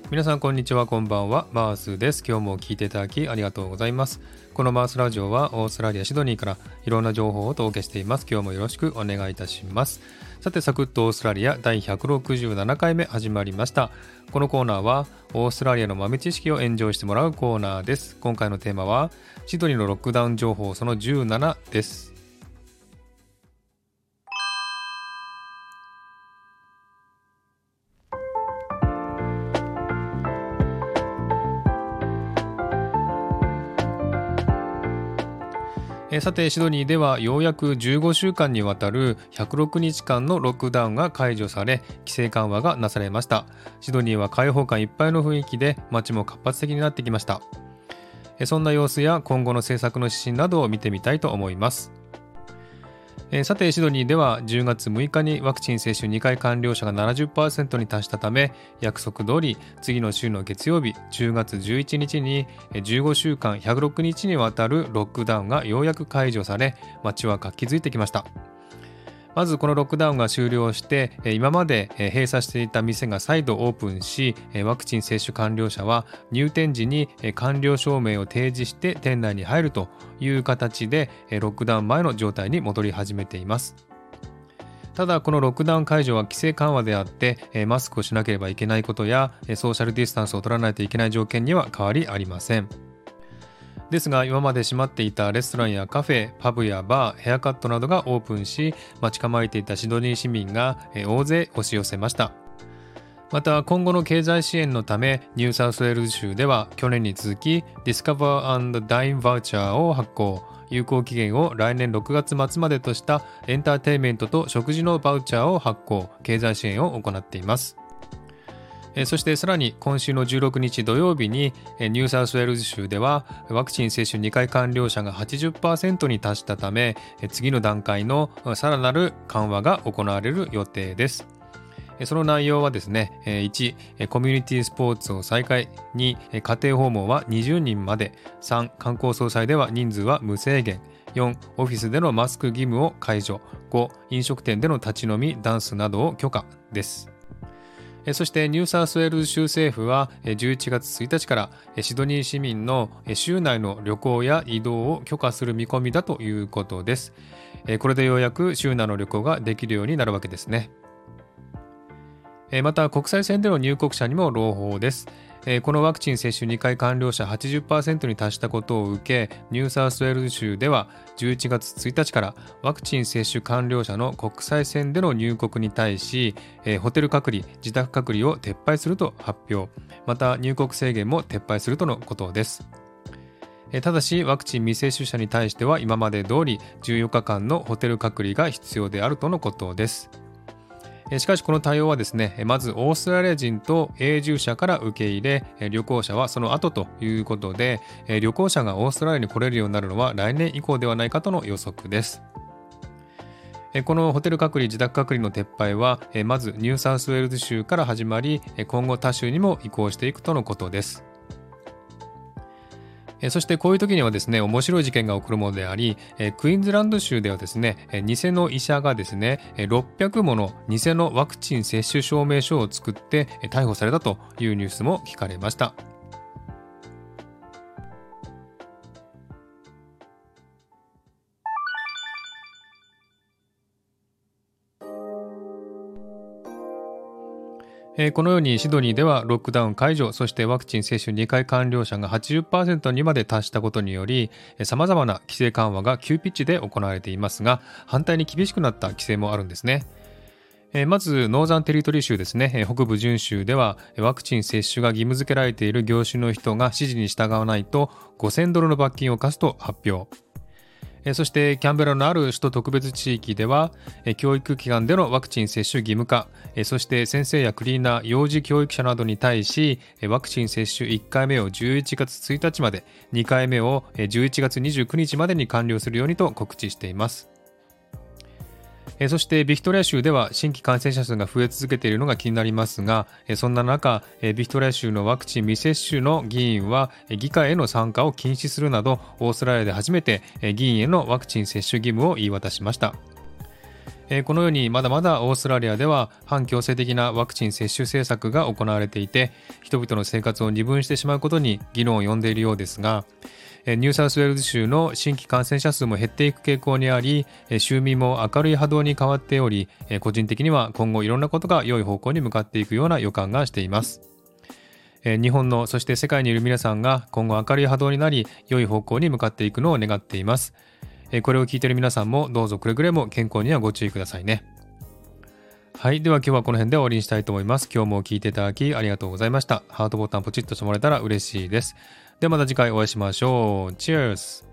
皆さんこんにちは、こんばんは。マースです。今日も聞いていただきありがとうございます。このマースラジオはオーストラリアシドニーからいろんな情報をお届けしています。今日もよろしくお願いいたします。さて、サクッとオーストラリア第167回目始まりました。このコーナーはオーストラリアの豆知識をエンジョイしてもらうコーナーです。今回のテーマはシドニーのロックダウン情報その17です。さて、シドニーではようやく15週間にわたる106日間のロックダウンが解除され、規制緩和がなされました。シドニーは開放感いっぱいの雰囲気で街も活発的になってきました。そんな様子や今後の政策の指針などを見てみたいと思います。さて、シドニーでは10月6日にワクチン接種2回完了者が 70% に達したため、約束通り次の週の月曜日10月11日に15週間106日にわたるロックダウンがようやく解除され、街は活気づいてきました。まずこのロックダウンが終了して、今まで閉鎖していた店が再度オープンし、ワクチン接種完了者は入店時に完了証明を提示して店内に入るという形でロックダウン前の状態に戻り始めています。ただ、このロックダウン解除は規制緩和であって、マスクをしなければいけないことやソーシャルディスタンスを取らないといけない条件には変わりありません。ですが、今まで閉まっていたレストランやカフェ、パブやバー、ヘアカットなどがオープンし、待ち構えていたシドニー市民が大勢押し寄せました。また、今後の経済支援のため、ニューサウスウェールズ州では去年に続きDiscover and Dine バウチャーを発行。有効期限を来年6月末までとしたエンターテインメントと食事のバウチャーを発行、経済支援を行っています。そしてさらに今週の16日土曜日にニューサウスウェールズ州ではワクチン接種2回完了者が 80% に達したため、次の段階のさらなる緩和が行われる予定です。その内容はですね、1、コミュニティスポーツを再開、2、家庭訪問は20人まで、3、観光総裁では人数は無制限、4、オフィスでのマスク義務を解除、5、飲食店での立ち飲み、ダンスなどを許可です。そしてニューサウスウェールズ州政府は11月1日からシドニー市民の州内の旅行や移動を許可する見込みだということです。これでようやく州内の旅行ができるようになるわけですね。また、国際線での入国者にも朗報です。このワクチン接種2回完了者 80% に達したことを受け、ニューサウスウェールズ州では11月1日からワクチン接種完了者の国際線での入国に対し、ホテル隔離、自宅隔離を撤廃すると発表。また、入国制限も撤廃するとのことです。ただし、ワクチン未接種者に対しては今まで通り14日間のホテル隔離が必要であるとのことです。しかし、この対応はですね、まずオーストラリア人と永住者から受け入れ、旅行者はその後ということで、旅行者がオーストラリアに来れるようになるのは来年以降ではないかとの予測です。このホテル隔離、自宅隔離の撤廃は、まずニューサウスウェールズ州から始まり、今後他州にも移行していくとのことです。そしてこういう時にはですね、面白い事件が起こるものであり、クイーンズランド州ではですね、偽の医者がですね、600もの偽のワクチン接種証明書を作って逮捕されたというニュースも聞かれました。このようにシドニーではロックダウン解除、そしてワクチン接種2回完了者が 80% にまで達したことにより、様々な規制緩和が急ピッチで行われていますが、反対に厳しくなった規制もあるんですね。まずノーザンテリトリー州ですね、北部準州ではワクチン接種が義務付けられている業種の人が指示に従わないと$5,000の罰金を課すと発表。そしてキャンベラのある首都特別地域では教育機関でのワクチン接種義務化、そして先生やクリーナー、幼児教育者などに対しワクチン接種1回目を11月1日まで、2回目を11月29日までに完了するようにと告知しています。そしてビクトリア州では新規感染者数が増え続けているのが気になりますが、そんな中ビクトリア州のワクチン未接種の議員は議会への参加を禁止するなど、オーストラリアで初めて議員へのワクチン接種義務を言い渡しました。 このようにまだまだオーストラリアでは反強制的なワクチン接種政策が行われていて、人々の生活を二分してしまうことに議論を呼んでいるようですが、ニューサウスウェールズ州の新規感染者数も減っていく傾向にあり、州民も明るい波動に変わっており、個人的には今後いろんなことが良い方向に向かっていくような予感がしています。日本のそして世界にいる皆さんが今後明るい波動になり、良い方向に向かっていくのを願っています。これを聞いている皆さんもどうぞくれぐれも健康にはご注意くださいね。はい。では今日はこの辺で終わりにしたいと思います。今日も聞いていただきありがとうございました。ハートボタンポチッとしてもらえたら嬉しいです。ではまた次回お会いしましょう。Cheers!